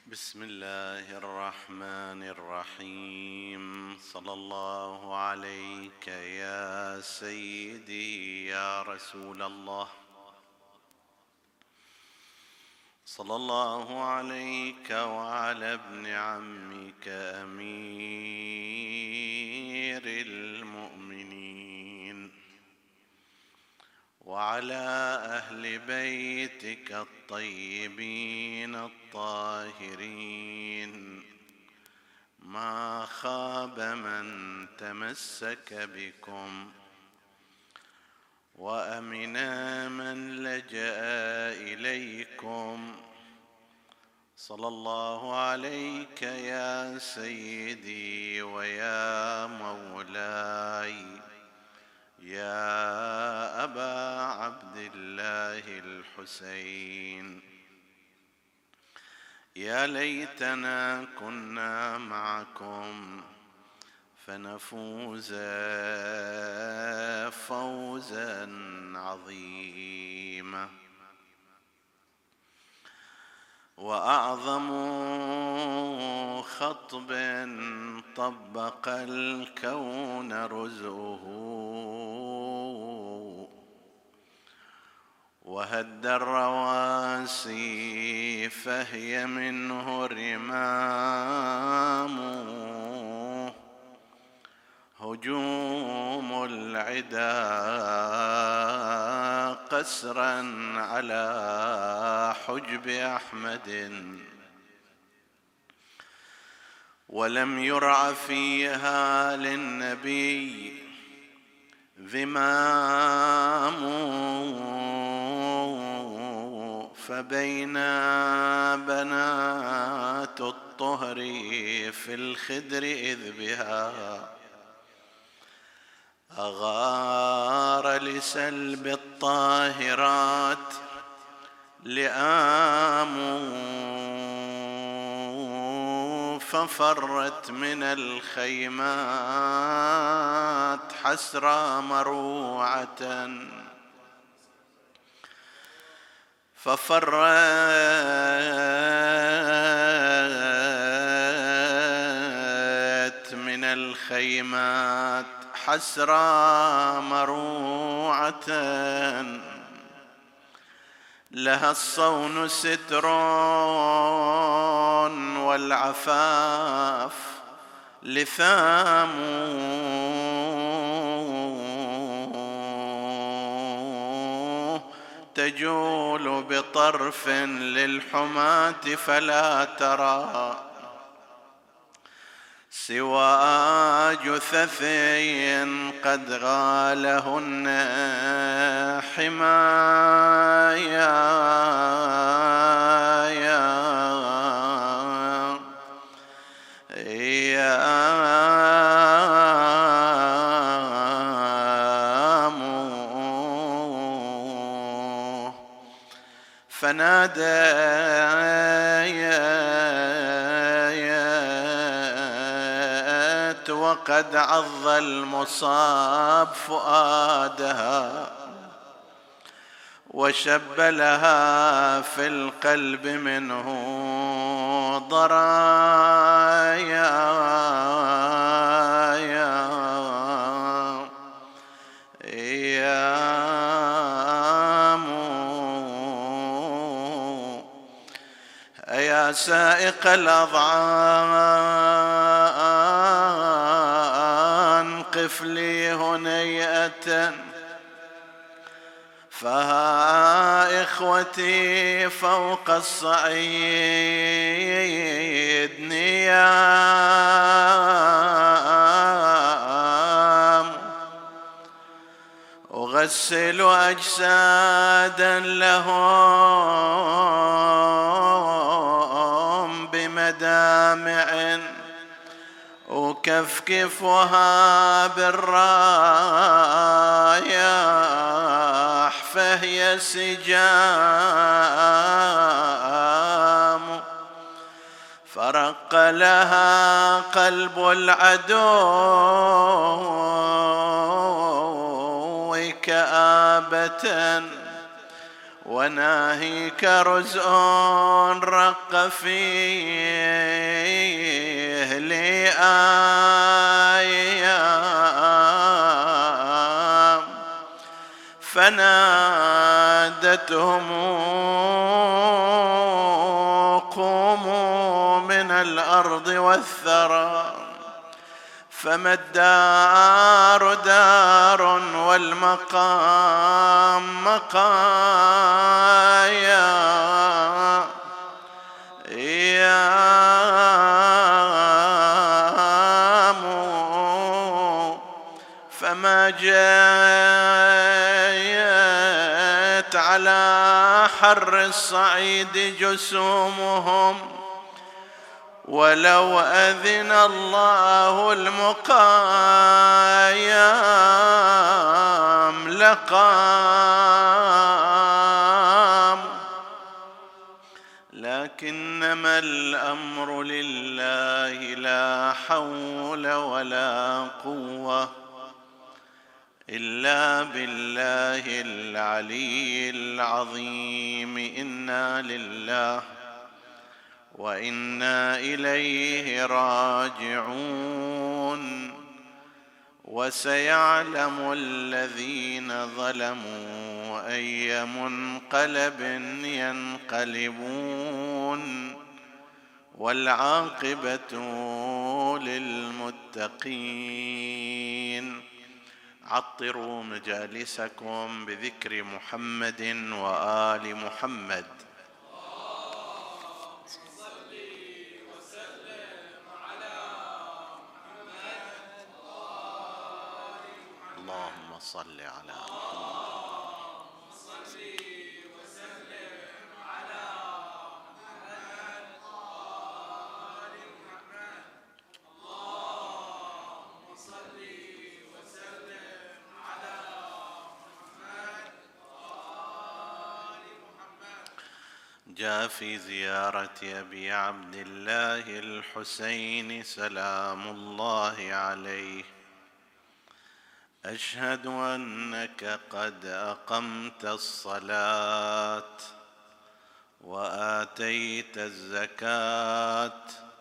بسم الله الرحمن الرحيم. صلى الله عليك يا سيدي يا رسول الله، صلى الله عليك وعلى ابن عمك أمير المؤمنين وعلى أهل بيتك الطيبين الطاهرين، ما خاب من تمسك بكم وأمنا من لجأ إليكم. صلى الله عليك يا سيدي ويا مولاي يا أبا عبد الله الحسين، يا ليتنا كنا معكم فنفوز فوزا عظيما. وأعظم خطب طبق الكون رزؤه، وهد الرواسي فهي منه رمام، هجوم العدا قسرا على حجب أحمد، ولم يرع فيها للنبي ذمام، فبين بنات الطهر في الخدر إذ بها أغار لسلب الطاهرات لئام، ففرت من الخيمات حسرى مروعة، ففرت من الخيمات حسرى مروعة، لها الصون ستر والعفاف لثام، تجول بطرف للحماة فلا ترى سوى جثثي قد غالهن حمايا، فناديت وقد عض المصاب فؤادها، وشب لها في القلب منه ضرايا، يا سائق الأضعان قف لي هنيئة، فها إخوتي فوق الصعيد نيام، أغسل أجسادا لهم بمدامع، أكفكفها بالرايح فهي سجام، فرق لها قلب العدو كآبة، وناهيك رزء رق فيه لأيام فنادتهم قوموا من الأرض والثرى فما الدار دار والمقام مقايا فما جاءت على حر الصعيد جسومهم ولو أذن الله المقايام لقام لكنما الأمر لله لا حول ولا قوة إلا بالله العلي العظيم إنا لله وإنا إليه راجعون وسيعلم الذين ظلموا أي منقلب ينقلبون والعاقبة للمتقين. عطروا مجالسكم بذكر محمد وآل محمد. اللهم صل على محمد. جاء في زيارة أبي عبد الله الحسين سلام الله عليه: أشهد أنك قد أقمت الصلاة وآتيت الزكاة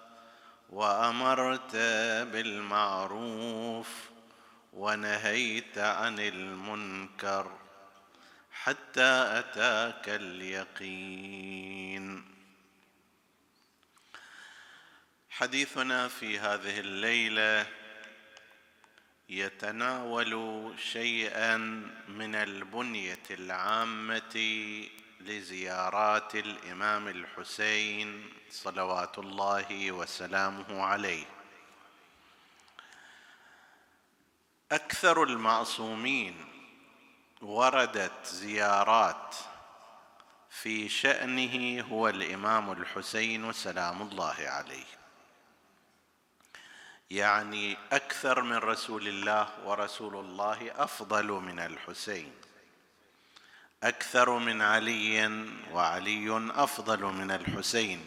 وأمرت بالمعروف ونهيت عن المنكر حتى أتاك اليقين. حديثنا في هذه الليلة يتناول شيئا من البنية العامة لزيارات الإمام الحسين صلوات الله وسلامه عليه. أكثر المعصومين وردت زيارات في شأنه هو الإمام الحسين سلام الله عليه، يعني أكثر من رسول الله، ورسول الله أفضل من الحسين، أكثر من علي وعلي أفضل من الحسين.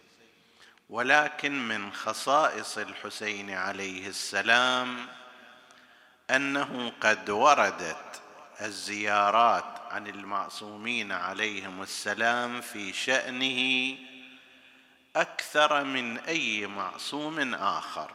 ولكن من خصائص الحسين عليه السلام أنه قد وردت الزيارات عن المعصومين عليهم السلام في شأنه أكثر من أي معصوم آخر،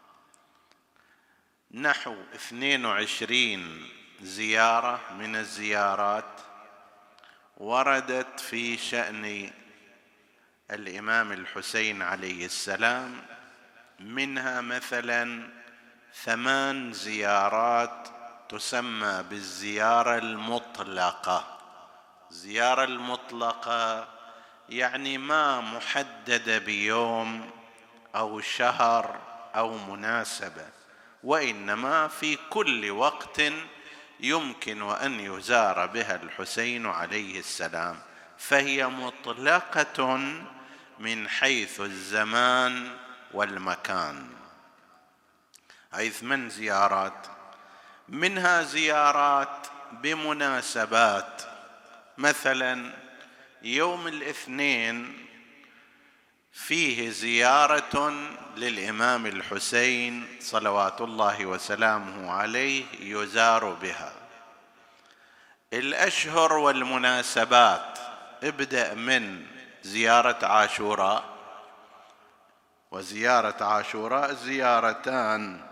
نحو 22 زيارة من الزيارات وردت في شأن الإمام الحسين عليه السلام، منها مثلا 8 زيارات تسمى بالزيارة المطلقة. الزيارة المطلقة يعني ما محددة بيوم أو شهر أو مناسبة، وإنما في كل وقت يمكن أن يزار بها الحسين عليه السلام، فهي مطلقة من حيث الزمان والمكان. هذه 8 زيارات، منها زيارات بمناسبات، مثلا يوم الاثنين فيه زيارة للإمام الحسين صلوات الله وسلامه عليه يزار بها. الأشهر والمناسبات ابدأ من زيارة عاشوراء، وزيارة عاشوراء زيارتان.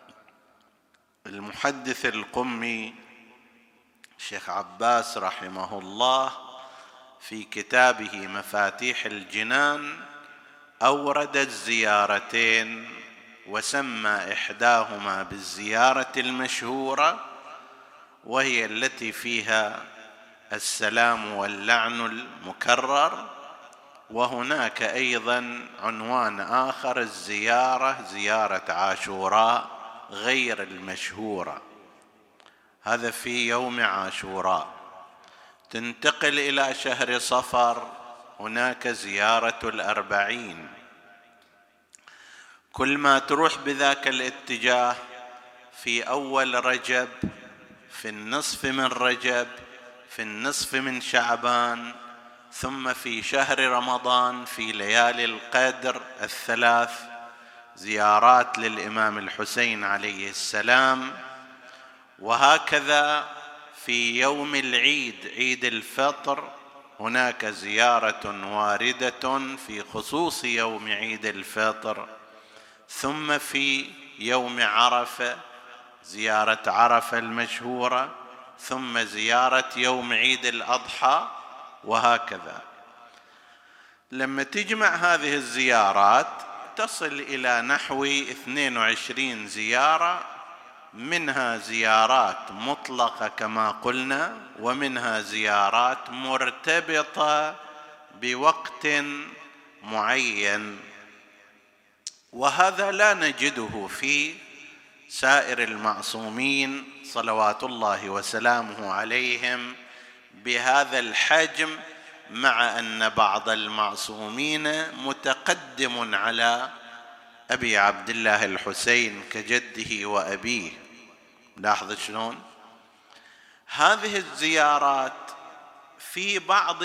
المحدث القمي الشيخ عباس رحمه الله في كتابه مفاتيح الجنان أورد الزيارتين، وسمى إحداهما بالزيارة المشهورة، وهي التي فيها السلام واللعن المكرر، وهناك أيضا عنوان آخر زيارة عاشوراء غير المشهورة، هذا في يوم عاشوراء. تنتقل إلى شهر صفر، هناك زيارة الأربعين. كل ما تروح بذاك الاتجاه في أول رجب، في النصف من رجب، في النصف من شعبان، ثم في شهر رمضان في ليالي القدر الثلاث زيارات للإمام الحسين عليه السلام. وهكذا في يوم العيد، عيد الفطر، هناك زيارة واردة في خصوص يوم عيد الفطر. ثم في يوم عرفة زيارة عرفة المشهورة، ثم زيارة يوم عيد الأضحى، وهكذا. لما تجمع هذه الزيارات تصل إلى نحو 22 زيارة، منها زيارات مطلقة كما قلنا، ومنها زيارات مرتبطة بوقت معين، وهذا لا نجده في سائر المعصومين صلوات الله وسلامه عليهم بهذا الحجم، مع أن بعض المعصومين متقدم على أبي عبد الله الحسين كجده وأبيه. لاحظ شلون هذه الزيارات في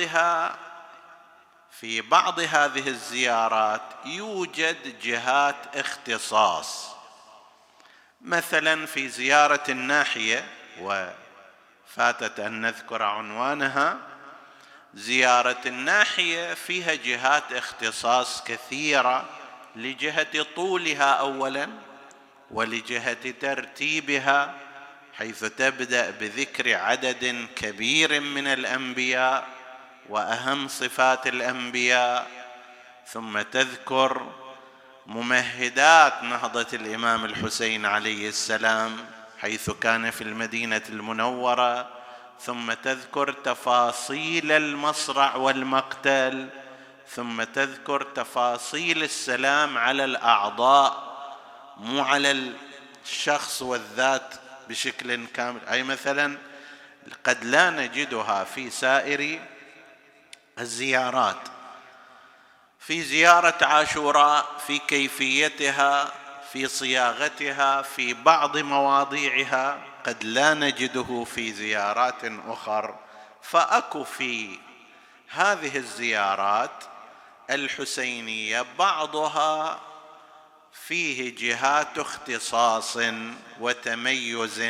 بعض هذه الزيارات يوجد جهات اختصاص. مثلا في زيارة الناحية، وفاتت أن نذكر عنوانها، زيارة الناحية فيها جهات اختصاص كثيرة، لجهة طولها أولا، ولجهة ترتيبها، حيث تبدأ بذكر عدد كبير من الأنبياء وأهم صفات الأنبياء، ثم تذكر ممهدات نهضة الإمام الحسين عليه السلام حيث كان في المدينة المنورة، ثم تذكر تفاصيل المصرع والمقتل، ثم تذكر تفاصيل السلام على الأعضاء، مو على الشخص والذات بشكل كامل. أي مثلا قد لا نجدها في سائر الزيارات. في زيارة عاشوراء في كيفيتها، في صياغتها، في بعض مواضيعها قد لا نجده في زيارات أخرى. فأكو في هذه الزيارات الحسينية بعضها فيه جهات اختصاص وتميز،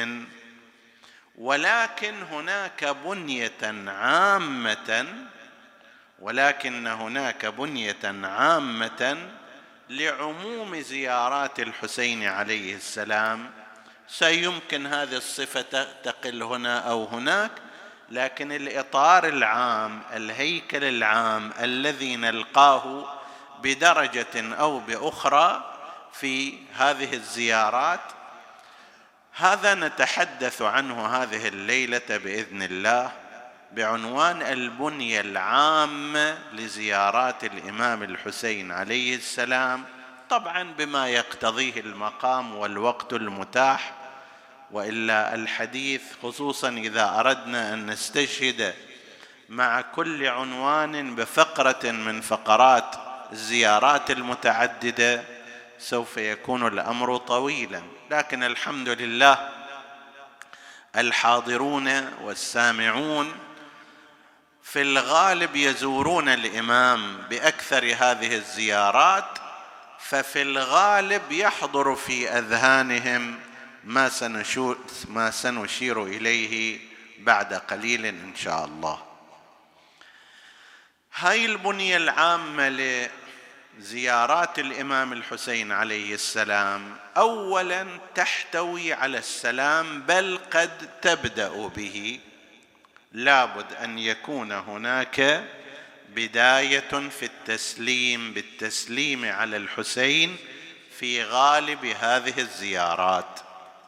ولكن هناك بنية عامة لعموم زيارات الحسين عليه السلام. سيمكن هذه الصفة تقل هنا أو هناك، لكن الإطار العام، الهيكل العام الذي نلقاه بدرجة أو بأخرى في هذه الزيارات، هذا نتحدث عنه هذه الليلة بإذن الله بعنوان البنية العامة لزيارات الإمام الحسين عليه السلام، طبعا بما يقتضيه المقام والوقت المتاح. وإلا الحديث، خصوصا إذا أردنا أن نستشهد مع كل عنوان بفقرة من فقرات الزيارات المتعددة، سوف يكون الأمر طويلا. لكن الحمد لله الحاضرون والسامعون في الغالب يزورون الإمام بأكثر هذه الزيارات، ففي الغالب يحضر في أذهانهم ما سنشير إليه بعد قليل إن شاء الله. هاي البنية العامة لزيارات الإمام الحسين عليه السلام أولا تحتوي على السلام، بل قد تبدأ به. لابد أن يكون هناك بداية في التسليم، بالتسليم على الحسين في غالب هذه الزيارات.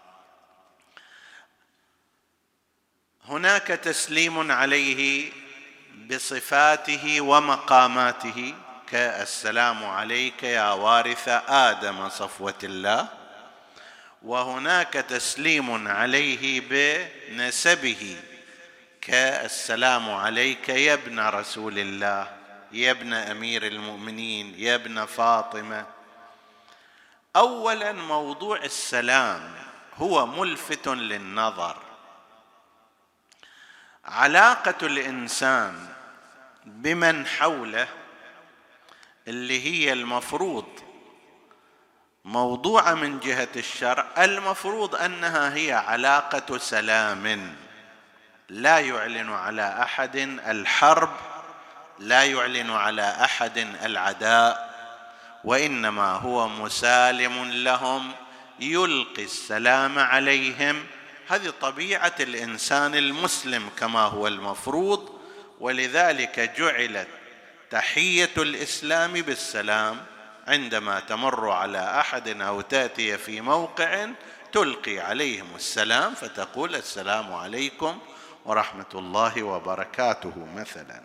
هناك تسليم عليه بصفاته ومقاماته، كالسلام عليك يا وارث آدم صفوة الله، وهناك تسليم عليه بنسبه، كالسلام عليك يا ابن رسول الله، يا ابن أمير المؤمنين، يا ابن فاطمة. أولا موضوع السلام هو ملفت للنظر. علاقة الإنسان بمن حوله اللي هي المفروض موضوعة من جهة الشرع، المفروض أنها هي علاقة سلام، لا يعلن على أحد الحرب، لا يعلن على أحد العداء، وإنما هو مسالم لهم، يلقي السلام عليهم. هذه طبيعة الإنسان المسلم كما هو المفروض، ولذلك جعلت تحية الإسلام بالسلام. عندما تمر على أحد أو تأتي في موقع تلقي عليهم السلام، فتقول السلام عليكم ورحمة الله وبركاته مثلا.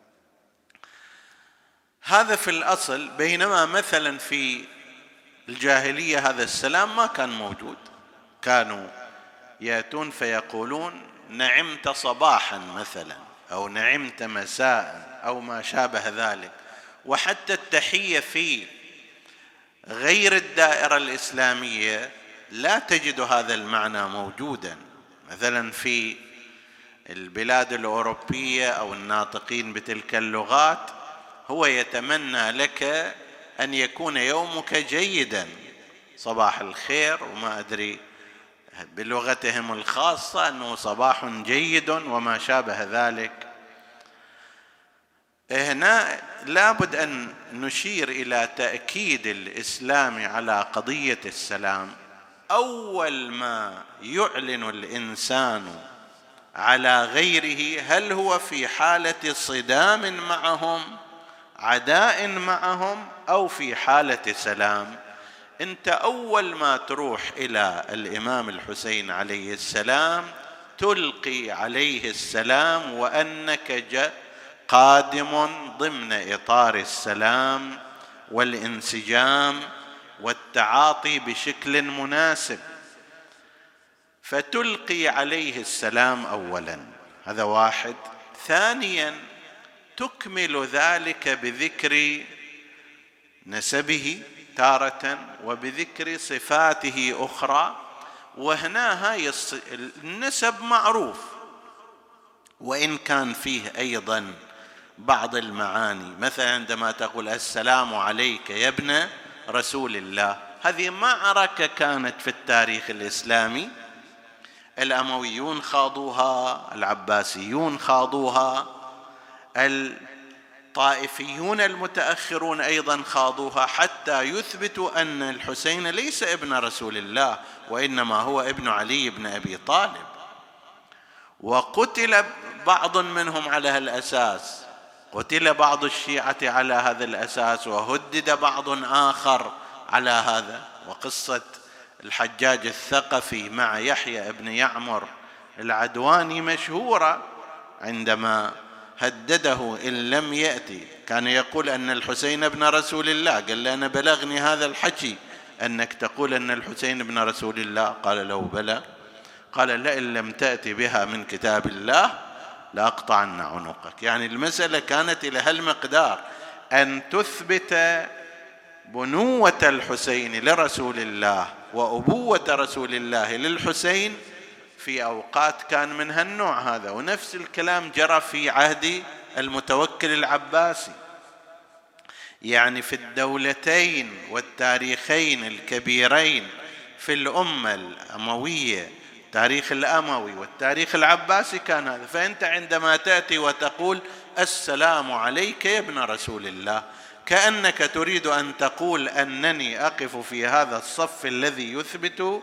هذا في الأصل، بينما مثلا في الجاهلية هذا السلام ما كان موجود. كانوا يأتون فيقولون نعمت صباحا مثلا، أو نعمت مساء، أو ما شابه ذلك. وحتى التحية في غير الدائرة الإسلامية لا تجد هذا المعنى موجودا. مثلا في البلاد الأوروبية أو الناطقين بتلك اللغات، هو يتمنى لك أن يكون يومك جيدا، صباح الخير، وما أدري بلغتهم الخاصة أنه صباح جيد وما شابه ذلك. هنا لابد أن نشير إلى تأكيد الإسلام على قضية السلام. أول ما يعلن الإنسان على غيره، هل هو في حالة صدام معهم، عداء معهم، أو في حالة سلام؟ أنت أول ما تروح إلى الإمام الحسين عليه السلام تلقي عليه السلام، وأنك قادم ضمن إطار السلام والانسجام والتعاطي بشكل مناسب، فتلقي عليه السلام أولا. هذا واحد. ثانيا تكمل ذلك بذكر نسبه تارة، وبذكر صفاته أخرى. وهنا هاي النسب معروف، وإن كان فيه أيضا بعض المعاني. مثلا عندما تقول السلام عليك يا ابن رسول الله، هذه معركة كانت في التاريخ الإسلامي، الأمويون خاضوها، العباسيون خاضوها، الطائفيون المتأخرون أيضا خاضوها، حتى يثبتوا أن الحسين ليس ابن رسول الله، وإنما هو ابن علي بن أبي طالب. وقتل بعض منهم على هالأساس، قتل بعض الشيعة على هذا الأساس، وهدد بعض آخر على هذا. وقصة الحجاج الثقفي مع يحيى ابن يعمر العدواني مشهورة، عندما هدده إن لم يأتي، كان يقول أن الحسين ابن رسول الله، قال له أنا بلغني هذا الحكي أنك تقول أن الحسين ابن رسول الله، قال له بلى، قال لئن لم تأتي بها من كتاب الله لأقطعن عنقك. يعني المسألة كانت إلى هالمقدار، أن تثبت بنوة الحسين لرسول الله وأبوة رسول الله للحسين في أوقات كان من هالنوع هذا. ونفس الكلام جرى في عهد المتوكل العباسي. يعني في الدولتين والتاريخين الكبيرين في الأمة الأموية التاريخ الأموي والتاريخ العباسي كان هذا. فأنت عندما تأتي وتقول السلام عليك يا ابن رسول الله، كأنك تريد أن تقول أنني أقف في هذا الصف الذي يثبت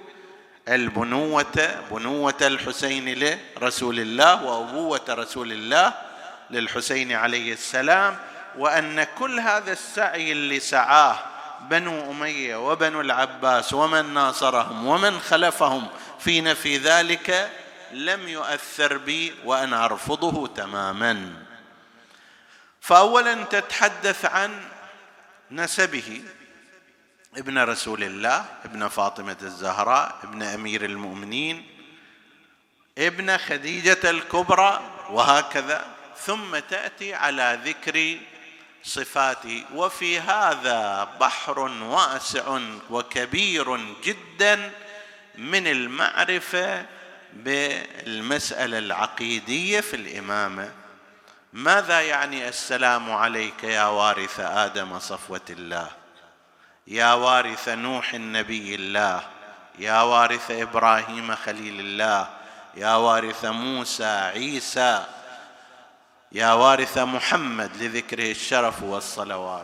بنوة الحسين لرسول الله وأبوة رسول الله للحسين عليه السلام، وأن كل هذا السعي اللي سعاه بنو أمية وبنو العباس ومن ناصرهم ومن خلفهم في نفي ذلك لم يؤثر بي وأنا أرفضه تماما. فأولا تتحدث عن نسبه، ابن رسول الله، ابن فاطمة الزهراء، ابن أمير المؤمنين، ابن خديجة الكبرى، وهكذا. ثم تأتي على ذكر صفاته، وفي هذا بحر واسع وكبير جدا من المعرفة بالمسألة العقيدية في الإمامة. ماذا يعني السلام عليك يا وارث آدم صفوة الله، يا وارث نوح النبي الله، يا وارث إبراهيم خليل الله، يا وارث موسى عيسى، يا وارث محمد لذكره الشرف والصلوات.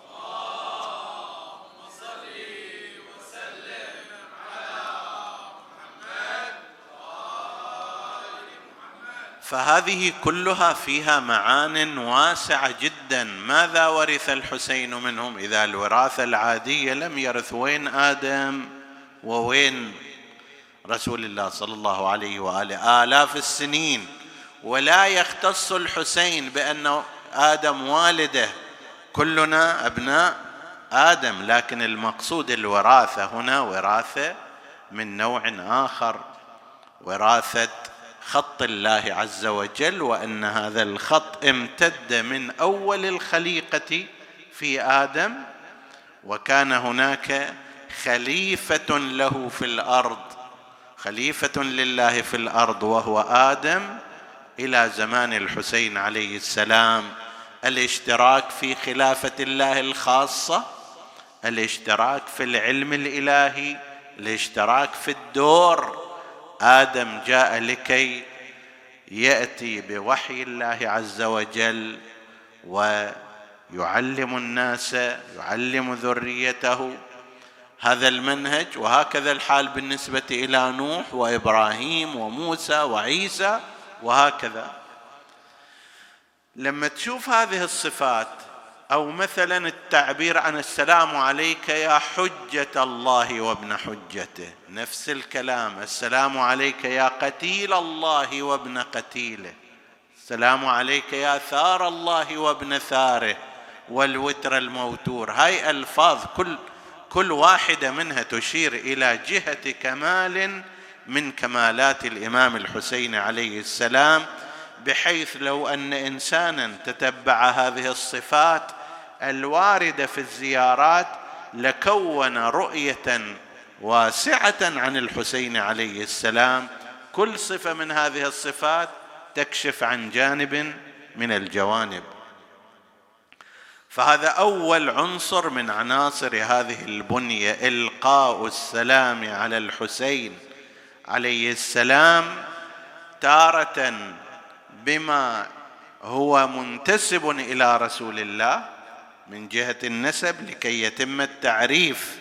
اللهم صل وسلم على محمد وآل محمد. فهذه كلها فيها معان واسعة جدا. ماذا ورث الحسين منهم؟ إذا الوراثة العادية لم يرث، وين آدم ووين رسول الله صلى الله عليه وآله؟ آلاف السنين. ولا يختص الحسين بأن آدم والده، كلنا أبناء آدم، لكن المقصود الوراثة هنا وراثة من نوع آخر، وراثة خط الله عز وجل، وأن هذا الخط امتد من أول الخليقة في آدم، وكان هناك خليفة له في الأرض، خليفة لله في الأرض وهو آدم، إلى زمان الحسين عليه السلام. الاشتراك في خلافة الله الخاصة، الاشتراك في العلم الإلهي، الاشتراك في الدور. آدم جاء لكي يأتي بوحي الله عز وجل ويعلم الناس، يعلم ذريته هذا المنهج. وهكذا الحال بالنسبة إلى نوح وإبراهيم وموسى وعيسى وهكذا. لما تشوف هذه الصفات، أو مثلا التعبير عن السلام عليك يا حجة الله وابن حجته، نفس الكلام، السلام عليك يا قتيل الله وابن قتيله، السلام عليك يا ثار الله وابن ثاره والوتر الموتور. هاي ألفاظ كل واحدة منها تشير إلى جهة كمال من كمالات الإمام الحسين عليه السلام، بحيث لو أن إنسانا تتبع هذه الصفات الواردة في الزيارات لكون رؤية واسعة عن الحسين عليه السلام. كل صفة من هذه الصفات تكشف عن جانب من الجوانب. فهذا أول عنصر من عناصر هذه البنية، إلقاء السلام على الحسين عليه السلام، تارة بما هو منتسب إلى رسول الله من جهة النسب لكي يتم التعريف.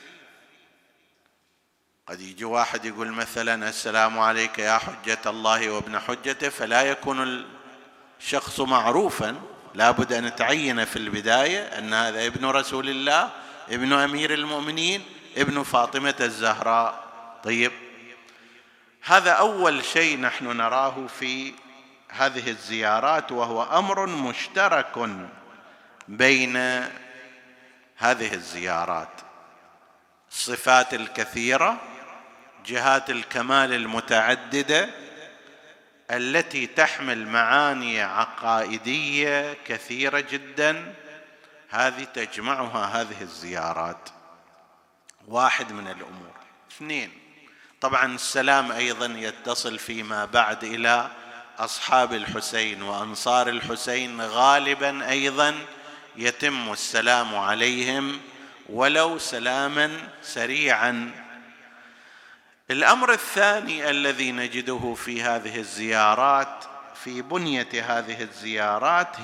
قد يجي واحد يقول مثلا السلام عليك يا حجة الله وابن حجته، فلا يكون الشخص معروفا، لابد أن نتعين في البداية أن هذا ابن رسول الله، ابن أمير المؤمنين، ابن فاطمة الزهراء. طيب، هذا أول شيء نحن نراه في هذه الزيارات، وهو أمر مشترك بين هذه الزيارات. الصفات الكثيرة، جهات الكمال المتعددة التي تحمل معاني عقائدية كثيرة جدا، هذه تجمعها هذه الزيارات. واحد من الأمور. اثنين، طبعا السلام أيضا يتصل فيما بعد إلى أصحاب الحسين وأنصار الحسين، غالبا أيضا يتم السلام عليهم ولو سلاما سريعا. الأمر الثاني الذي نجده في هذه الزيارات، في بنية هذه الزيارات،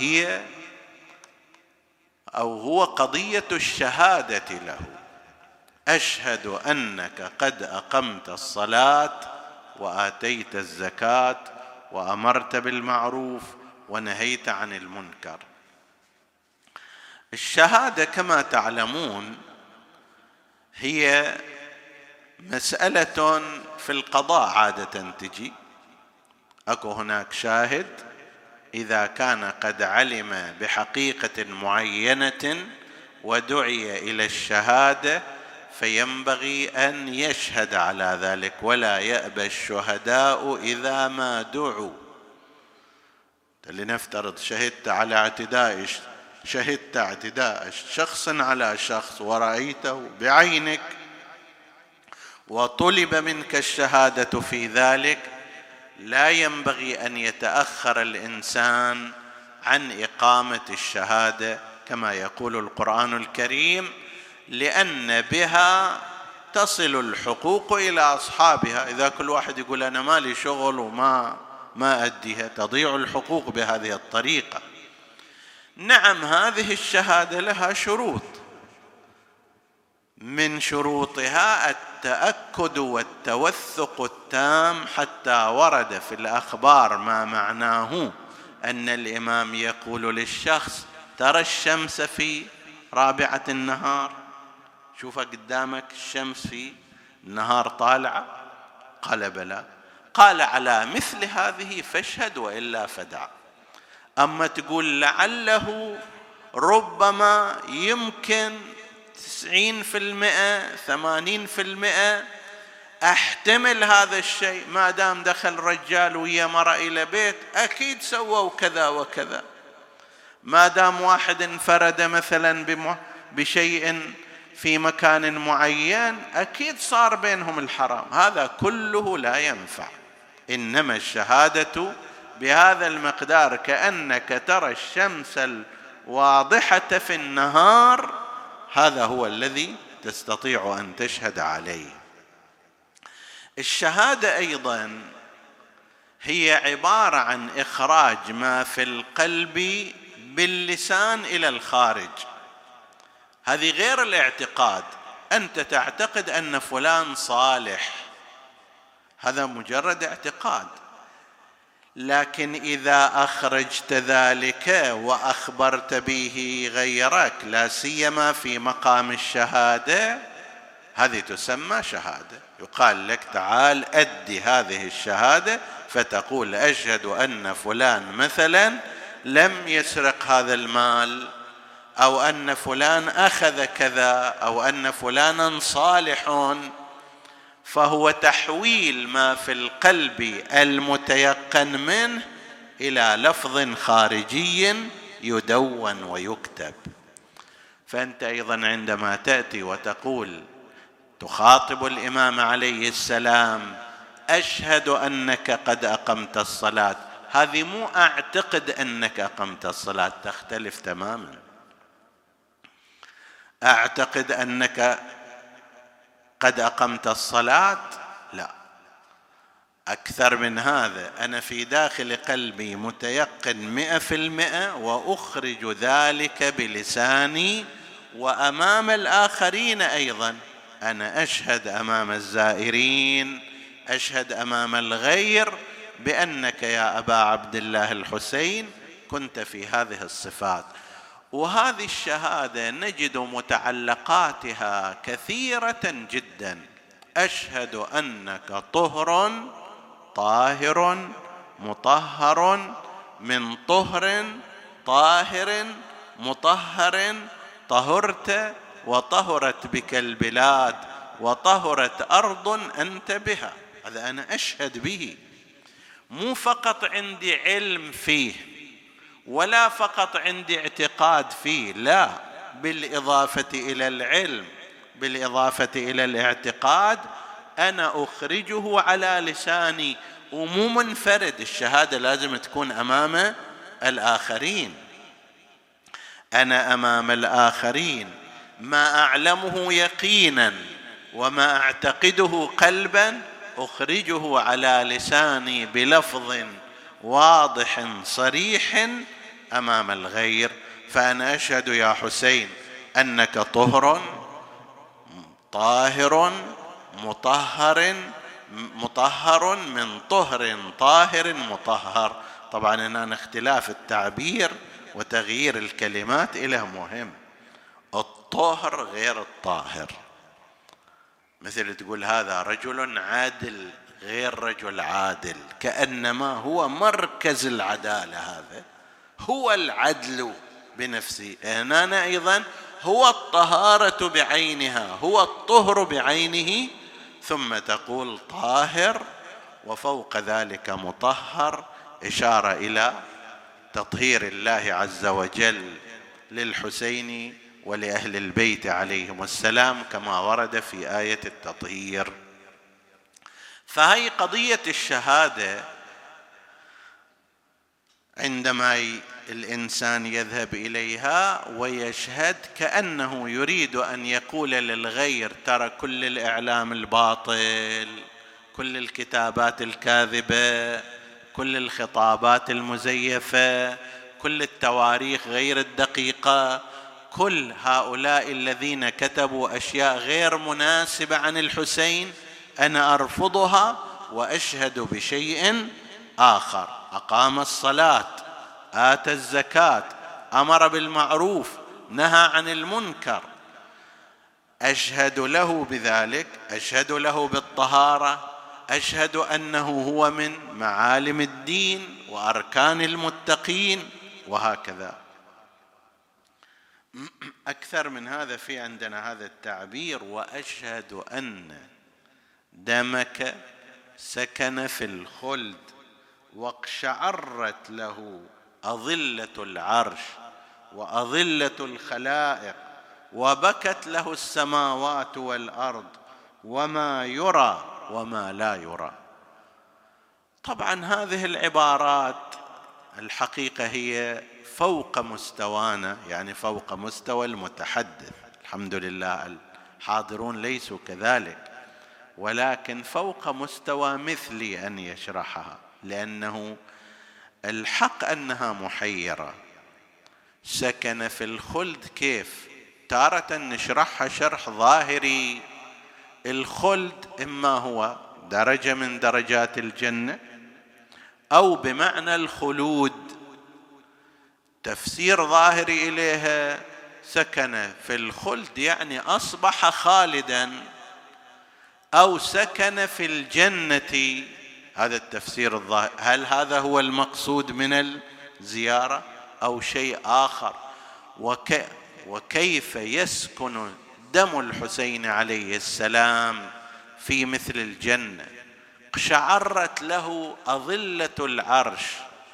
هو قضية الشهادة له. أشهد أنك قد أقمت الصلاة وآتيت الزكاة وأمرت بالمعروف ونهيت عن المنكر. الشهادة كما تعلمون هي مسألة في القضاء عادة تجي، أكو هناك شاهد إذا كان قد علم بحقيقة معينة ودعي إلى الشهادة فينبغي أن يشهد على ذلك، ولا يأبى الشهداء إذا ما دعوا. لنفترض شهدت اعتداء شخص على شخص ورأيته بعينك وطلب منك الشهادة في ذلك، لا ينبغي أن يتأخر الإنسان عن إقامة الشهادة كما يقول القرآن الكريم، لأن بها تصل الحقوق إلى أصحابها. إذا كل واحد يقول أنا مالي شغل وما أديها، تضيع الحقوق بهذه الطريقة. نعم، هذه الشهادة لها شروط، من شروطها التأكد والتوثق التام، حتى ورد في الأخبار ما معناه أن الإمام يقول للشخص ترى الشمس في رابعة النهار، شوف قدامك الشمس في النهار طالعة؟ قال بلى. قال على مثل هذه فاشهد وإلا فدع. أما تقول لعله ربما يمكن 90% 80% أحتمل هذا الشيء، ما دام دخل رجال ويا مرأة إلى بيت أكيد سووا كذا وكذا، ما دام واحد انفرد مثلا بشيء في مكان معين أكيد صار بينهم الحرام. هذا كله لا ينفع. إنما الشهادة بهذا المقدار، كأنك ترى الشمس الواضحة في النهار، هذا هو الذي تستطيع أن تشهد عليه. الشهادة أيضا هي عبارة عن إخراج ما في القلب باللسان إلى الخارج. هذه غير الاعتقاد. أنت تعتقد أن فلان صالح، هذا مجرد اعتقاد، لكن إذا أخرجت ذلك وأخبرت به غيرك، لا سيما في مقام الشهادة، هذه تسمى شهادة. يقال لك تعال أدي هذه الشهادة، فتقول أشهد أن فلان مثلا لم يسرق هذا المال، أو أن فلان أخذ كذا، أو أن فلانا صالح. فهو تحويل ما في القلب المتيقن منه إلى لفظ خارجي يدون ويكتب. فأنت أيضا عندما تأتي وتقول تخاطب الإمام عليه السلام أشهد أنك قد أقمت الصلاة، هذه مو أعتقد أنك أقمت الصلاة، تختلف تماما. أعتقد أنك قد أقمت الصلاة، لا، أكثر من هذا، أنا في داخل قلبي متيقن 100% وأخرج ذلك بلساني وأمام الآخرين أيضا. أنا أشهد أمام الزائرين، أشهد أمام الغير بأنك يا أبا عبد الله الحسين كنت في هذه الصفات. وهذه الشهادة نجد متعلقاتها كثيرة جدا. أشهد أنك طهر طاهر مطهر من طهر طاهر مطهر، طهرت وطهرت بك البلاد وطهرت أرض أنت بها. هذا أنا أشهد به، مو فقط عندي علم فيه ولا فقط عندي اعتقاد فيه، لا، بالإضافة إلى العلم، بالإضافة إلى الاعتقاد، أنا أخرجه على لساني. ومو منفرد، الشهادة لازم تكون أمام الآخرين. أنا أمام الآخرين ما أعلمه يقينا وما أعتقده قلبا أخرجه على لساني بلفظ واضح صريح أمام الغير، فأنا أشهد يا حسين أنك طهر طاهر مطهر من طهر طاهر مطهر. طبعا هنا اختلاف التعبير وتغيير الكلمات إله مهم. الطهر غير الطاهر، مثل تقول هذا رجل عادل غير رجل عادل، كأنما هو مركز العدالة، هذا هو العدل بنفسه. هنا أيضا هو الطهارة بعينها، هو الطهر بعينه، ثم تقول طاهر وفوق ذلك مطهر، إشارة إلى تطهير الله عز وجل للحسين ولأهل البيت عليهم السلام كما ورد في آية التطهير. فهي قضية الشهادة، عندما الإنسان يذهب إليها ويشهد كأنه يريد أن يقول للغير ترى كل الإعلام الباطل، كل الكتابات الكاذبة، كل الخطابات المزيفة، كل التواريخ غير الدقيقة، كل هؤلاء الذين كتبوا أشياء غير مناسبة عن الحسين أنا أرفضها وأشهد بشيء آخر. أقام الصلاة، آتى الزكاة، أمر بالمعروف، نهى عن المنكر، أشهد له بذلك، أشهد له بالطهارة، أشهد أنه هو من معالم الدين وأركان المتقين، وهكذا. أكثر من هذا في عندنا هذا التعبير: وأشهد أن دمك سكن في الخلد واقشعرت له أظلة العرش وأظلة الخلائق وبكت له السماوات والأرض وما يرى وما لا يرى. طبعا هذه العبارات الحقيقة هي فوق مستوانا، يعني فوق مستوى المتحدث، الحمد لله الحاضرون ليسوا كذلك، ولكن فوق مستوى مثلي أن يشرحها، لأنه الحق أنها محيرة. سكن في الخلد كيف؟ تارة نشرحها شرح ظاهري. الخلد إما هو درجة من درجات الجنة أو بمعنى الخلود، تفسير ظاهري إليها سكن في الخلد يعني أصبح خالدا، أو سكن في الجنة، هذا التفسير الظاهر. هل هذا هو المقصود من الزيارة أو شيء آخر؟ وكيف يسكن دم الحسين عليه السلام في مثل الجنة؟ اقشعرت له أظلة العرش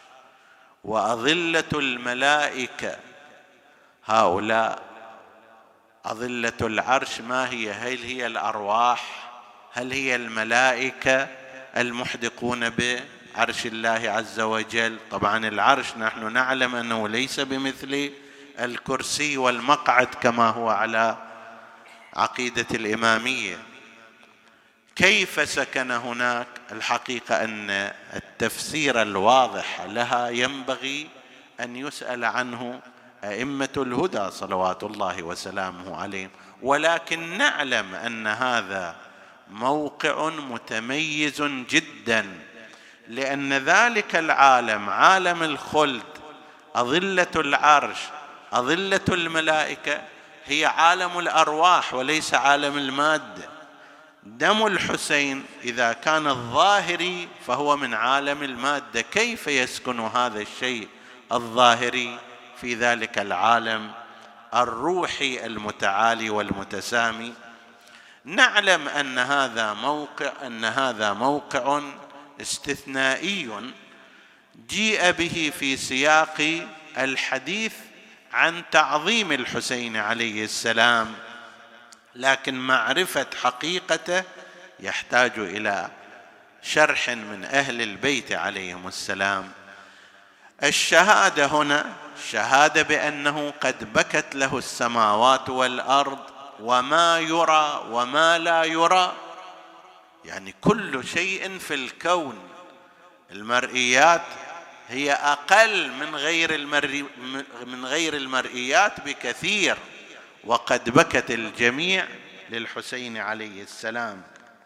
وأظلة الملائكة. هؤلاء أظلة العرش ما هي؟ هل هي الأرواح؟ هل هي الملائكة المحدقون بعرش الله عز وجل؟ طبعا العرش نحن نعلم أنه ليس بمثل الكرسي والمقعد كما هو على عقيدة الإمامية. كيف سكن هناك؟ الحقيقة أن التفسير الواضح لها ينبغي أن يسأل عنه أئمة الهدى صلوات الله وسلامه عليهم، ولكن نعلم أن هذا موقع متميز جدا، لأن ذلك العالم عالم الخلد، أظلة العرش، أظلة الملائكة، هي عالم الأرواح وليس عالم المادة. دم الحسين إذا كان الظاهري فهو من عالم المادة، كيف يسكن هذا الشيء الظاهري في ذلك العالم الروحي المتعالي والمتسامي؟ نعلم أن هذا موقع استثنائي جيء به في سياق الحديث عن تعظيم الحسين عليه السلام، لكن معرفة حقيقته يحتاج إلى شرح من أهل البيت عليهم السلام. الشهادة هنا شهادة بأنه قد بكت له السماوات والأرض وما يرى وما لا يرى، يعني كل شيء في الكون، المرئيات هي أقل من غير المرئيات بكثير، وقد بكت الجميع للحسين عليه السلام.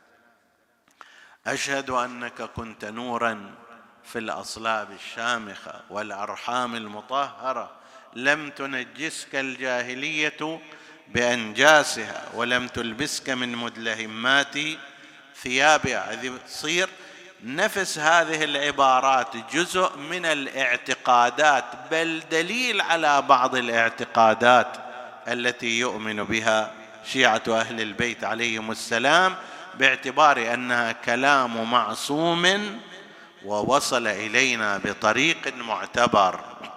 أشهد أنك كنت نورا في الأصلاب الشامخة والأرحام المطهرة، لم تنجسك الجاهلية بأنجاسها ولم تلبسك من مدلهمات ثيابها. هذه تصير نفس هذه العبارات جزء من الاعتقادات، بل دليل على بعض الاعتقادات التي يؤمن بها شيعة أهل البيت عليهم السلام، باعتبار أنها كلام معصوم ووصل إلينا بطريق معتبر.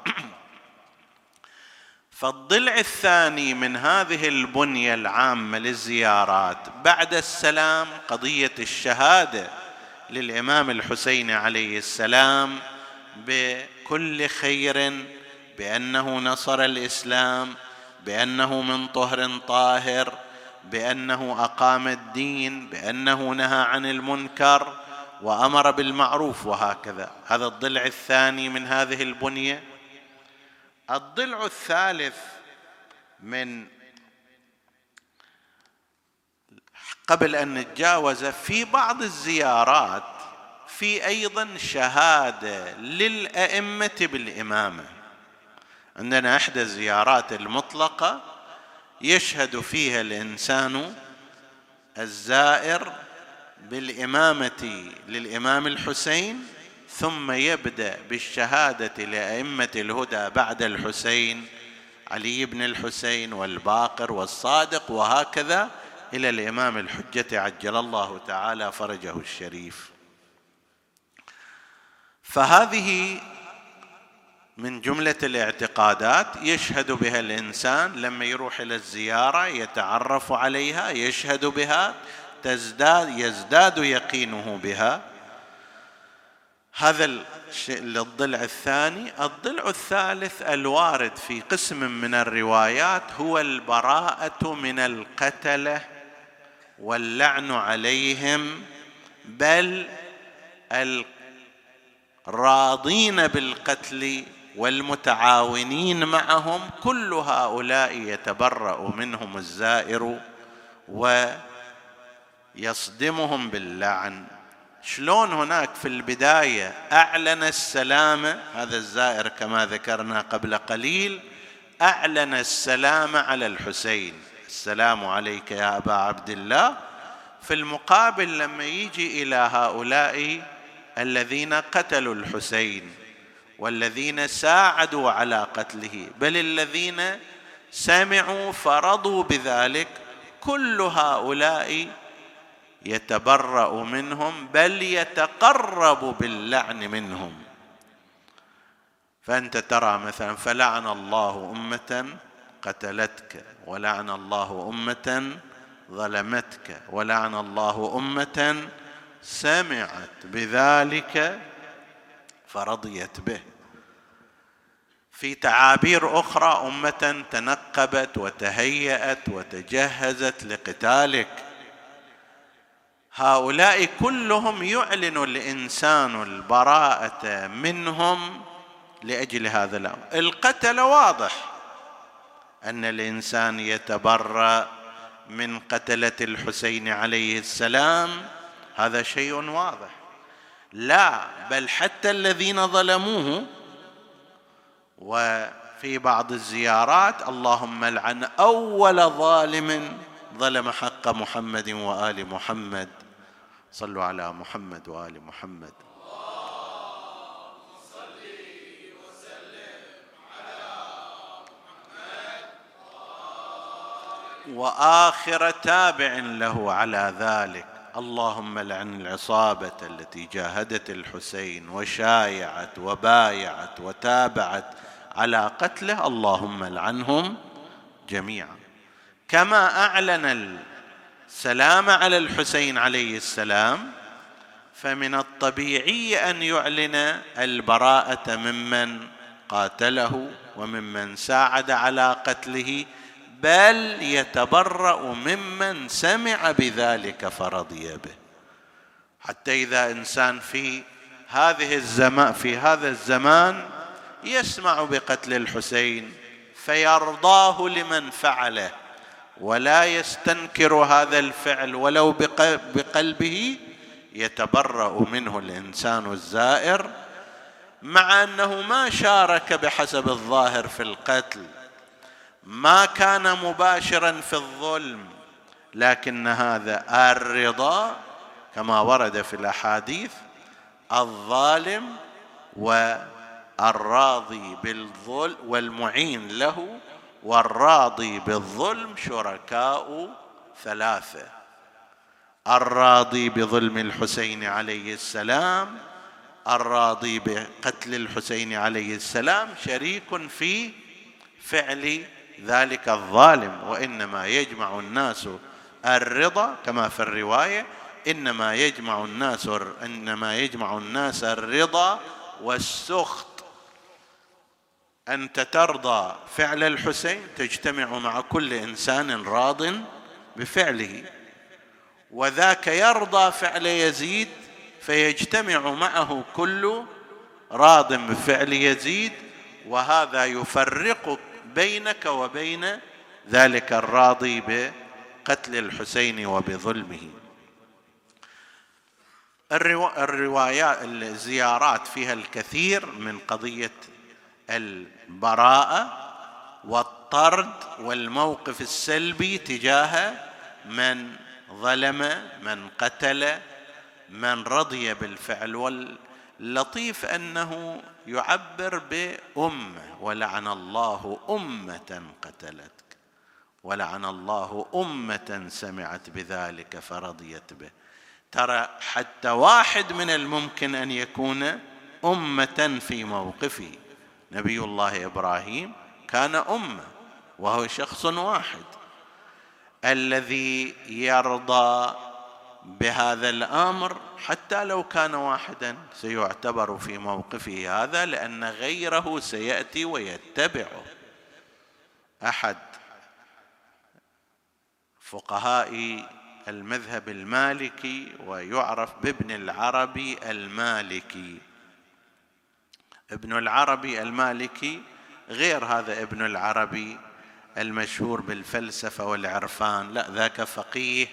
فالضلع الثاني من هذه البنية العامة للزيارات بعد السلام قضية الشهادة للإمام الحسين عليه السلام بكل خير، بأنه نصر الإسلام، بأنه من طهر طاهر، بأنه أقام الدين، بأنه نهى عن المنكر وأمر بالمعروف، وهكذا. هذا الضلع الثاني من هذه البنية. الضلع الثالث من قبل أن نتجاوز في بعض الزيارات في أيضا شهادة للأئمة بالإمامة. عندنا إحدى الزيارات المطلقة يشهد فيها الإنسان الزائر بالإمامة للإمام الحسين، ثم يبدأ بالشهادة لأئمة الهدى بعد الحسين، علي بن الحسين والباقر والصادق، وهكذا إلى الإمام الحجة عجل الله تعالى فرجه الشريف. فهذه من جملة الاعتقادات يشهد بها الإنسان لما يروح إلى الزيارة، يتعرف عليها، يشهد بها، يزداد يقينه بها. هذا الضلع الثاني. الضلع الثالث الوارد في قسم من الروايات هو البراءة من القتلة واللعن عليهم، بل الراضين بالقتل والمتعاونين معهم، كل هؤلاء يتبرأ منهم الزائر ويصدمهم باللعن. شلون هناك في البداية أعلن السلام، هذا الزائر كما ذكرنا قبل قليل أعلن السلام على الحسين، السلام عليك يا أبا عبد الله. في المقابل لما يجي إلى هؤلاء الذين قتلوا الحسين والذين ساعدوا على قتله، بل الذين سمعوا فرضوا بذلك، كل هؤلاء يتبرأ منهم، بل يتقرب باللعن منهم. فأنت ترى مثلا فلعن الله أمة قتلتك، ولعن الله أمة ظلمتك، ولعن الله أمة سمعت بذلك فرضيت به. في تعابير أخرى أمة تنقبت وتهيأت وتجهزت لقتالك. هؤلاء كلهم يعلن الإنسان البراءة منهم لأجل هذا الأمر. القتل واضح أن الإنسان يتبرأ من قتلة الحسين عليه السلام، هذا شيء واضح. لا، بل حتى الذين ظلموه. وفي بعض الزيارات اللهم لعن أول ظالم ظلم حق محمد وآل محمد، صلوا على محمد وآل محمد. وآخر تابع له على ذلك اللهم لعن العصابة التي جاهدت الحسين وشايعت وبايعت وتابعت على قتله، اللهم لعنهم جميعا. كما أعلن السلام على الحسين عليه السلام، فمن الطبيعي أن يعلن البراءة ممن قاتله وممن ساعد على قتله، بل يتبرأ ممن سمع بذلك فرضي به. حتى إذا إنسان في هذا الزمان يسمع بقتل الحسين فيرضاه لمن فعله ولا يستنكر هذا الفعل ولو بقلبه، يتبرأ منه الإنسان الزائر، مع أنه ما شارك بحسب الظاهر في القتل، ما كان مباشرا في الظلم، لكن هذا الرضا كما ورد في الأحاديث: الظالم والراضي بالظلم والمعين له والراضي بالظلم شركاء ثلاثة. الراضي بظلم الحسين عليه السلام، الراضي بقتل الحسين عليه السلام، شريك في فعل ذلك الظالم. وإنما يجمع الناس الرضا كما في الرواية: إنما يجمع الناس الرضا والسخط. أنت ترضى فعل الحسين تجتمع مع كل إنسان راض بفعله، وذاك يرضى فعل يزيد فيجتمع معه كل راض بفعل يزيد، وهذا يفرق بينك وبين ذلك الراضي بقتل الحسين وبظلمه. الزيارات فيها الكثير من قضية البراءة والطرد والموقف السلبي تجاه من ظلم، من قتل، من رضي بالفعل. واللطيف أنه يعبر بأمة: ولعن الله أمة قتلتك، ولعن الله أمة سمعت بذلك فرضيت به. ترى حتى واحد من الممكن أن يكون أمة في موقفه. نبي الله إبراهيم كان أمة وهو شخص واحد. الذي يرضى بهذا الأمر حتى لو كان واحدا سيعتبر في موقفه هذا، لأن غيره سيأتي ويتبعه. أحد فقهاء المذهب المالكي ويعرف بابن العربي المالكي. ابن العربي المالكي غير هذا ابن العربي المشهور بالفلسفة والعرفان، لا، ذاك فقيه.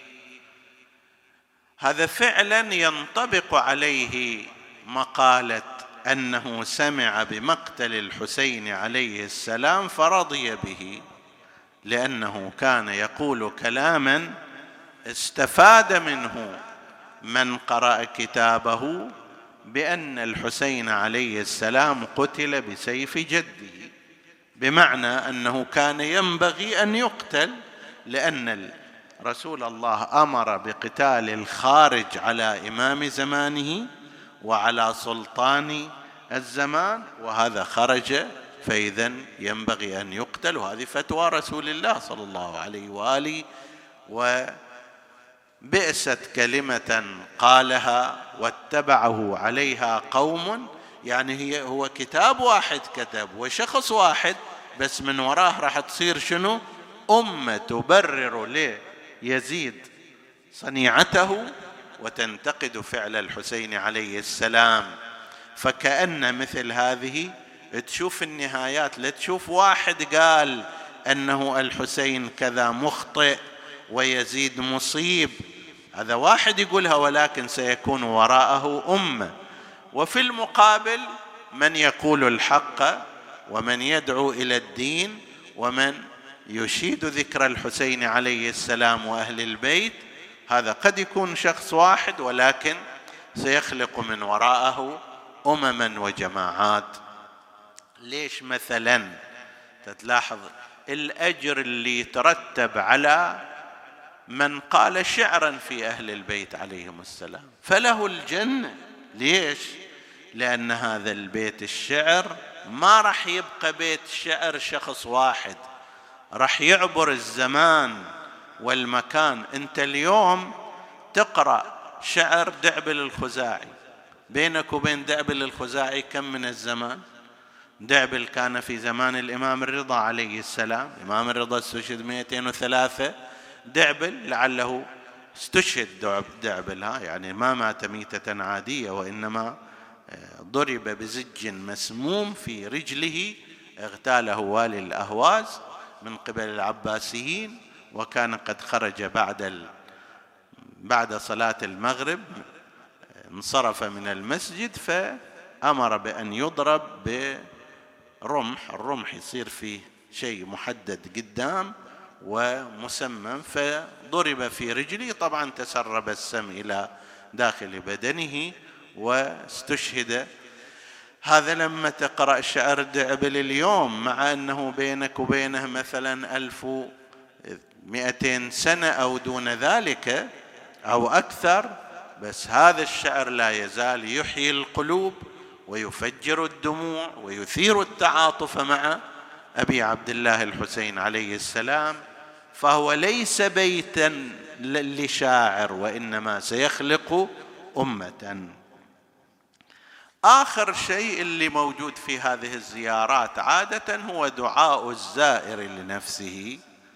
هذا فعلا ينطبق عليه مقالة أنه سمع بمقتل الحسين عليه السلام فرضي به، لأنه كان يقول كلاما استفاد منه من قرأ كتابه بأن الحسين عليه السلام قتل بسيف جده، بمعنى أنه كان ينبغي أن يقتل، لأن رسول الله أمر بقتال الخارج على إمام زمانه وعلى سلطان الزمان، وهذا خرج فإذا ينبغي أن يقتل. وهذه فتوى رسول الله صلى الله عليه وآله. وبئست كلمة قالها واتبعه عليها قوم، يعني هو كتاب واحد كتب وشخص واحد، بس من وراه راح تصير شنو؟ أمة تبرر ليزيد صنيعته وتنتقد فعل الحسين عليه السلام. فكأن مثل هذه تشوف النهايات، لا تشوف واحد قال أنه الحسين كذا مخطئ ويزيد مصيب، هذا واحد يقولها، ولكن سيكون وراءه أمة. وفي المقابل من يقول الحق ومن يدعو إلى الدين ومن يشيد ذكر الحسين عليه السلام وأهل البيت. هذا قد يكون شخص واحد، ولكن سيخلق من وراءه أمما وجماعات. ليش مثلا تلاحظ الأجر اللي يترتب على من قال شعرا في أهل البيت عليهم السلام فله الجنة؟ ليش؟ لأن هذا البيت الشعر ما رح يبقى بيت شعر شخص واحد، رح يعبر الزمان والمكان. أنت اليوم تقرأ شعر دعبل الخزاعي، بينك وبين دعبل الخزاعي كم من الزمان؟ دعبل كان في زمان الإمام الرضا عليه السلام، الإمام الرضا استشهد 203، دعبل لعله استشهد دعبل، يعني ما مات ميتة عادية، وإنما ضرب بزج مسموم في رجله اغتاله والي الأهواز من قبل العباسيين، وكان قد خرج بعد صلاة المغرب، انصرف من المسجد فأمر بأن يضرب برمح. الرمح يصير فيه شيء محدد قدام ومسمم، فضرب في رجله، طبعا تسرب السم إلى داخل بدنه واستشهد. هذا لما تقرأ شعر دعبل اليوم، مع أنه بينك وبينه مثلا 1200 سنة أو دون ذلك أو أكثر، بس هذا الشعر لا يزال يحيي القلوب ويفجر الدموع ويثير التعاطف مع أبي عبد الله الحسين عليه السلام. فهو ليس بيتا لشاعر، وإنما سيخلق أمة. آخر شيء اللي موجود في هذه الزيارات عادة هو دعاء الزائر لنفسه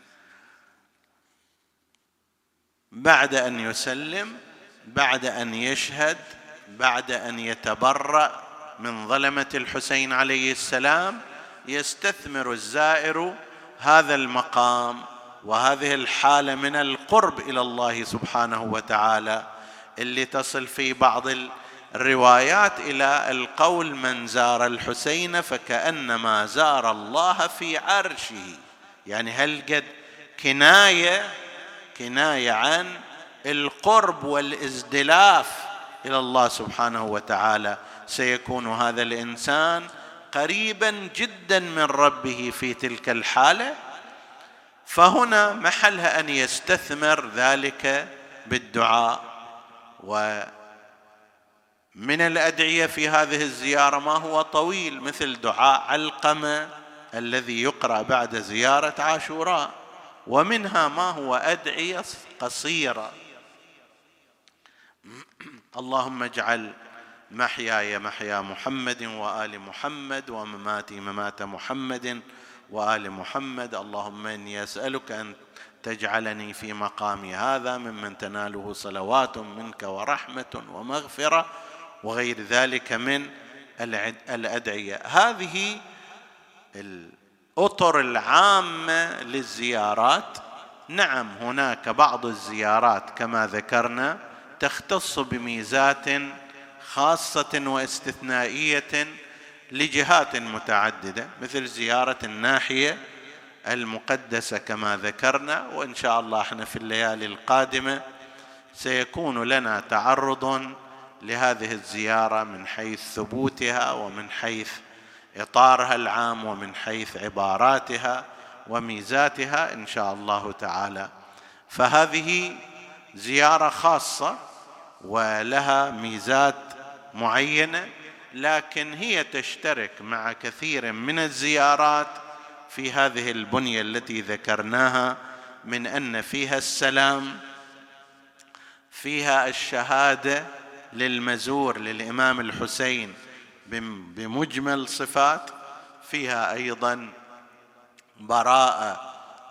بعد أن يسلم، بعد أن يشهد، بعد أن يتبرأ من ظلمة الحسين عليه السلام. يستثمر الزائر هذا المقام وهذه الحالة من القرب إلى الله سبحانه وتعالى، اللي تصل في بعض الروايات إلى القول: من زار الحسين فكأنما زار الله في عرشه. يعني هل قد كناية عن القرب والازدلاف إلى الله سبحانه وتعالى. سيكون هذا الإنسان قريبا جدا من ربه في تلك الحالة، فهنا محلها أن يستثمر ذلك بالدعاء. ومن الأدعية في هذه الزيارة ما هو طويل، مثل دعاء علقمة الذي يقرأ بعد زيارة عاشوراء، ومنها ما هو أدعية قصيرة: اللهم اجعل محياي محيا محمد وآل محمد، ومماتي ممات محمد وآل محمد. اللهم إني أسألك أن تجعلني في مقامي هذا ممن تناله صلوات منك ورحمة ومغفرة، وغير ذلك من الأدعية. هذه الأطر العامة للزيارات. نعم، هناك بعض الزيارات كما ذكرنا تختص بميزات خاصة واستثنائية لجهات متعددة، مثل زيارة الناحية المقدسة كما ذكرنا. وإن شاء الله احنا في الليالي القادمة سيكون لنا تعرض لهذه الزيارة من حيث ثبوتها ومن حيث إطارها العام ومن حيث عباراتها وميزاتها إن شاء الله تعالى. فهذه زيارة خاصة ولها ميزات معينة، لكن هي تشترك مع كثير من الزيارات في هذه البنية التي ذكرناها، من أن فيها السلام، فيها الشهادة للمزور للإمام الحسين بمجمل صفات، فيها أيضا براءة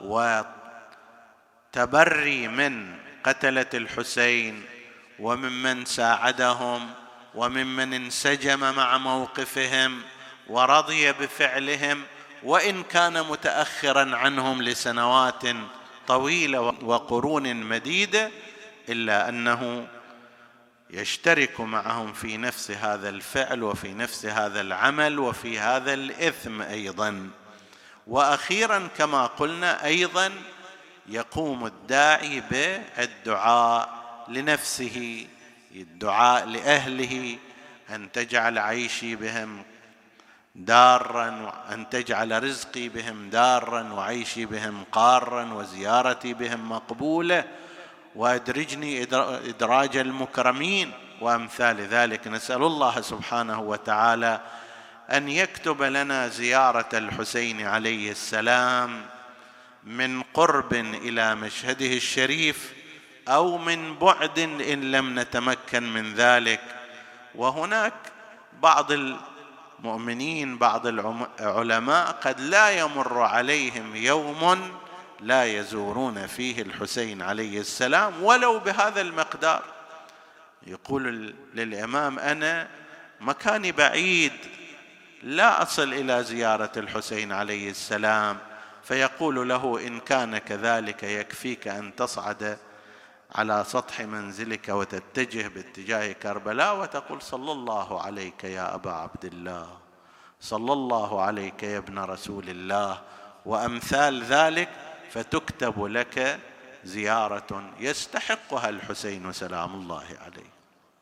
وتبري من قتلة الحسين وممن ساعدهم وممن انسجم مع موقفهم ورضي بفعلهم، وإن كان متأخرا عنهم لسنوات طويلة وقرون مديدة، إلا أنه يشترك معهم في نفس هذا الفعل وفي نفس هذا العمل وفي هذا الإثم أيضا. وأخيرا كما قلنا أيضا يقوم الداعي بالدعاء لنفسه، الدعاء لأهله: أن تجعل عيشي بهم دارا، وأن تجعل رزقي بهم دارا، وعيشي بهم قارا، وزيارتي بهم مقبولة، وأدرجني إدراج المكرمين، وأمثال ذلك. نسأل الله سبحانه وتعالى أن يكتب لنا زيارة الحسين عليه السلام من قرب إلى مشهده الشريف أو من بعد إن لم نتمكن من ذلك. وهناك بعض المؤمنين، بعض العلماء قد لا يمر عليهم يوم لا يزورون فيه الحسين عليه السلام ولو بهذا المقدار. يقول للإمام: أنا مكاني بعيد، لا أصل إلى زيارة الحسين عليه السلام. فيقول له: إن كان كذلك يكفيك أن تصعد على سطح منزلك وتتجه باتجاه كربلاء وتقول: صلى الله عليك يا أبا عبد الله، صلى الله عليك يا ابن رسول الله، وأمثال ذلك، فتكتب لك زيارة يستحقها الحسين سلام الله عليه.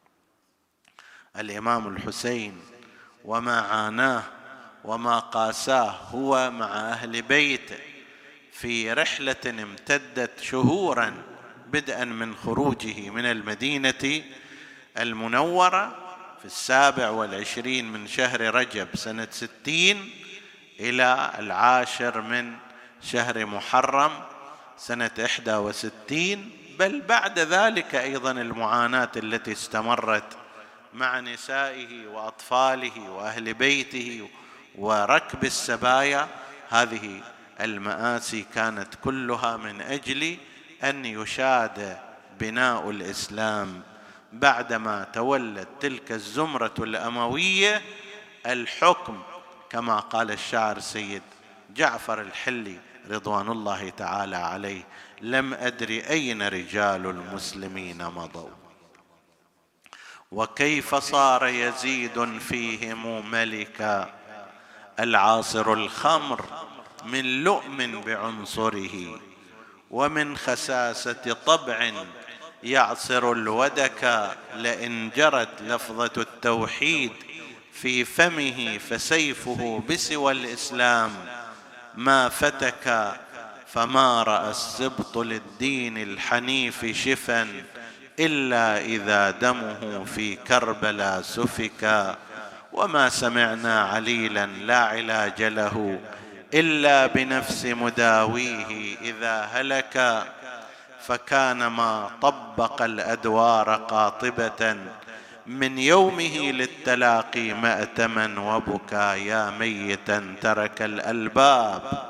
الإمام الحسين وما عاناه وما قاساه هو مع أهل بيته في رحلة امتدت شهورا، بدءا من خروجه من المدينة المنورة في 27 من شهر رجب سنة 60 إلى 10 من شهر محرم سنة 61، بل بعد ذلك أيضا المعاناة التي استمرت مع نسائه وأطفاله وأهل بيته وركب السبايا. هذه المآسي كانت كلها من أجل أن يشاد بناء الإسلام بعدما تولت تلك الزمرة الأموية الحكم، كما قال الشاعر سيد جعفر الحلي رضوان الله تعالى عليه: لم أدر أين رجال المسلمين مضوا، وكيف صار يزيد فيهم ملكا، العاصر الخمر من لؤم بعنصره، ومن خساسة طبع يعصر الودك، لئن جرت لفظة التوحيد في فمه فسيفه بسوى الإسلام ما فتك، فما رأى السبط للدين الحنيف شفا إلا إذا دمه في كربلاء سفك، وما سمعنا عليلا لا علاج له إلا بنفس مداويه إذا هلك، فكان ما طبق الأدوار قاطبة من يومه للتلاقي مأتما وبكى، يا ميتا ترك الألباب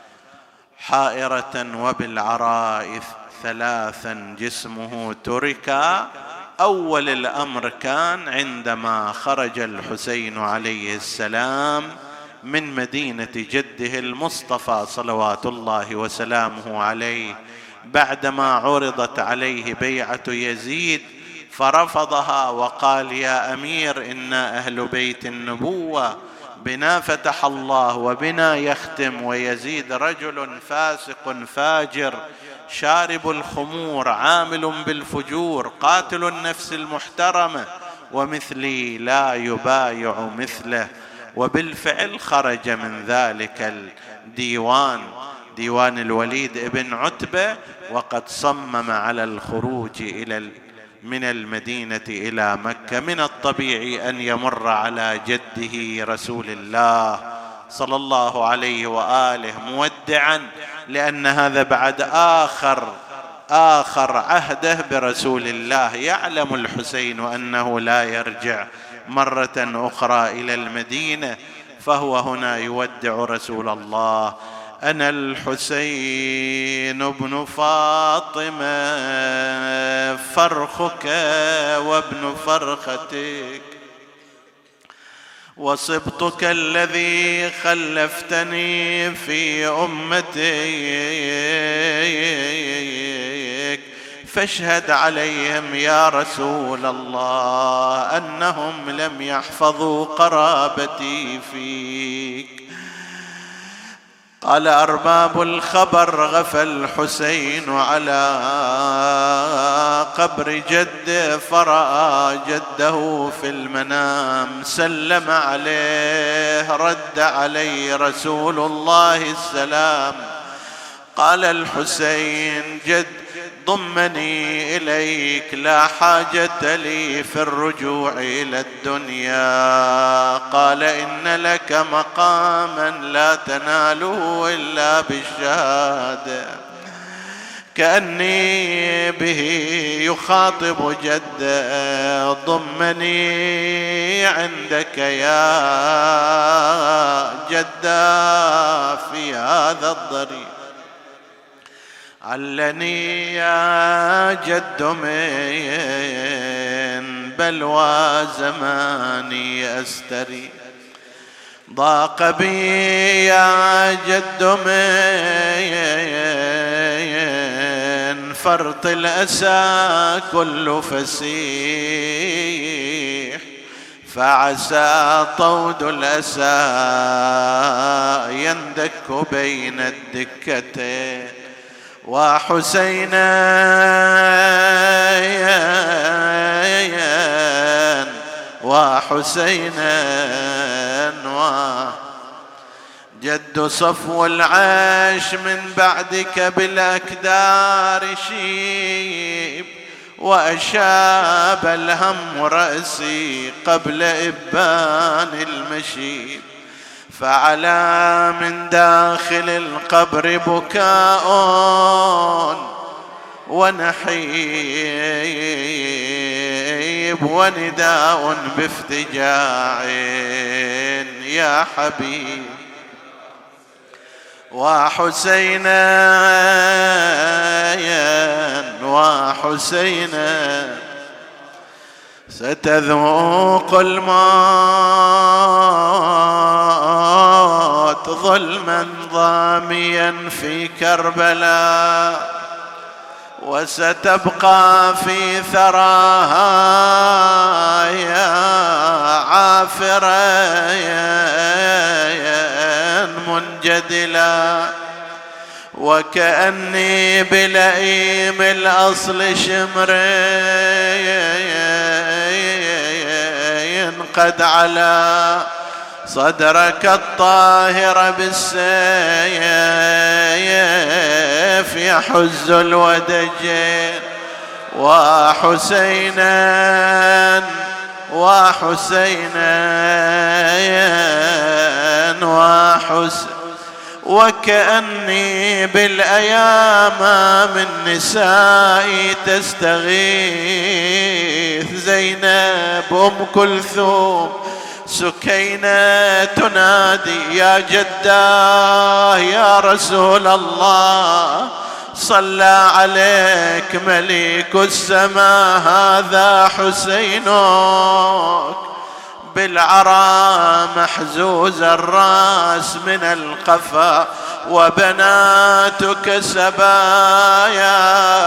حائرة وبالعرائث 3 جسمه تركا. أول الأمر كان عندما خرج الحسين عليه السلام من مدينة جده المصطفى صلوات الله وسلامه عليه، بعدما عرضت عليه بيعة يزيد فرفضها وقال: يا أمير، إنا أهل بيت النبوة، بنا فتح الله وبنا يختم، ويزيد رجل فاسق فاجر شارب الخمور عامل بالفجور قاتل النفس المحترمة، ومثلي لا يبايع مثله. وبالفعل خرج من ذلك الديوان، ديوان الوليد ابن عتبة، وقد صمم على الخروج من المدينة إلى مكة. من الطبيعي أن يمر على جده رسول الله صلى الله عليه وآله مودعا، لأن هذا بعد آخر عهده برسول الله. يعلم الحسين أنه لا يرجع مرة أخرى إلى المدينة، فهو هنا يودع رسول الله: أنا الحسين بن فاطمة، فرخك وابن فرختك، وصبتك الذي خلفتني في أمتك، فاشهد عليهم يا رسول الله أنهم لم يحفظوا قرابتي فيك. قال أرباب الخبر: غفى الحسين على قبر جده، فرأى جده في المنام، سلم عليه، رد عليه رسول الله السلام. قال الحسين: جد ضمني إليك، لا حاجة لي في الرجوع إلى الدنيا. قال: إن لك مقاما لا تناله إلا بالشهادة. كأني به يخاطب جده: ضمني عندك يا جدا في هذا الضريح. علني يا جد من بلوى زماني أستري، ضاق بي يا جد من فرط الأسى كل فسيح، فعسى طود الأسى يندك بين الدكتين، وحسينا جد صفو العيش من بعدك بالأكدار شيب، وأشاب الهم رأسي قبل إبان المشيب، فعلى من داخل القبر بكاء ونحيب ونداء بافتجاع يا حبيب، وحسينا ستذوق الموت ظلما ضاميا في كربلاء، وستبقى في ثراها يا عافرا منجدلا، وكأني بلئيم الأصل شمر قد على صدرك الطاهر بالسيف يحز الودجين، وحسينا وكأني بالأيام من نسائي تستغيث، زينب أم كلثوم سكينة تنادي يا جداه يا رسول الله، صلى عليك مليك السماء هذا حسينك، بالعرى محزوز الراس من القفا، وبناتك سبايا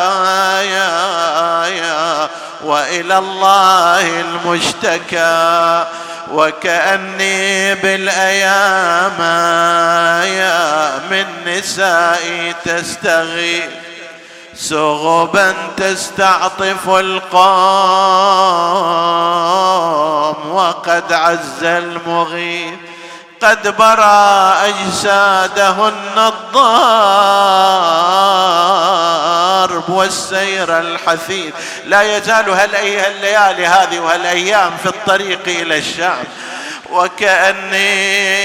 وإلى الله المشتكى، وكأني بالأيام من نسائي تستغيث، سغبا تستعطف القوم وقد عز المغيث، قد برى أجسادهن الضرب والسير الحثيث. لا يزال هالليالي هذه وهالأيام في الطريق إلى الشام، وكأني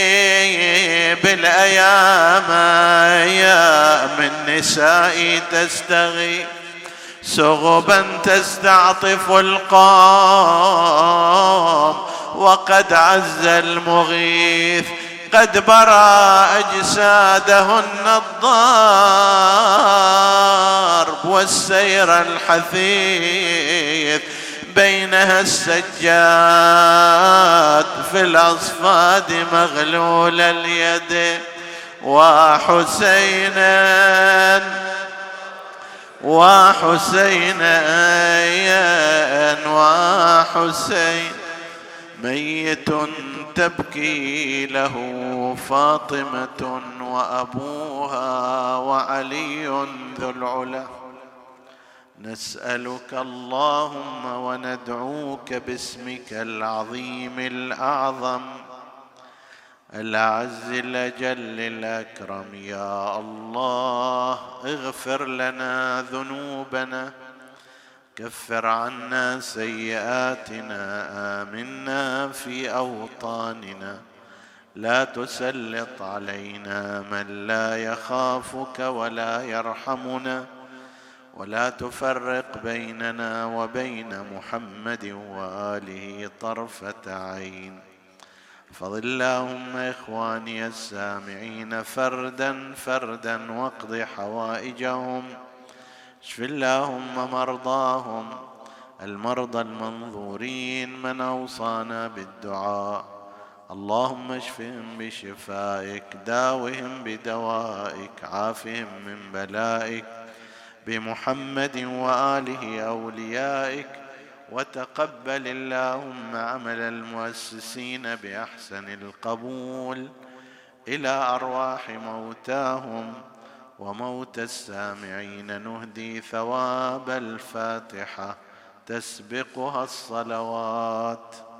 بالأيام من نسائي تستغيث، سغبا تستعطف القوم وقد عز المغيث، قد برى أجسادهن الضرب والسير الحثيث، بينها السجاد في الأصفاد مغلول اليد، وحسينا ميت تبكي له فاطمة وأبوها وعلي ذو العلا، نسألك اللهم وندعوك باسمك العظيم الأعظم الأعز الأجل الأكرم، يا الله اغفر لنا ذنوبنا، كفر عنا سيئاتنا، آمنا في أوطاننا، لا تسلط علينا من لا يخافك ولا يرحمنا، ولا تفرق بيننا وبين محمد وآله طرفة عين. احفظ اللهم إخواني السامعين فردا فردا واقض حوائجهم. اشف اللهم مرضاهم، المرضى المنظورين من أوصانا بالدعاء. اللهم اشفهم بشفائك، داوهم بدوائك، عافهم من بلائك، بمحمد وآله أوليائك. وتقبل اللهم عمل المؤسسين بأحسن القبول إلى أرواح موتاهم وموتى السامعين. نهدي ثواب الفاتحة تسبقها الصلوات.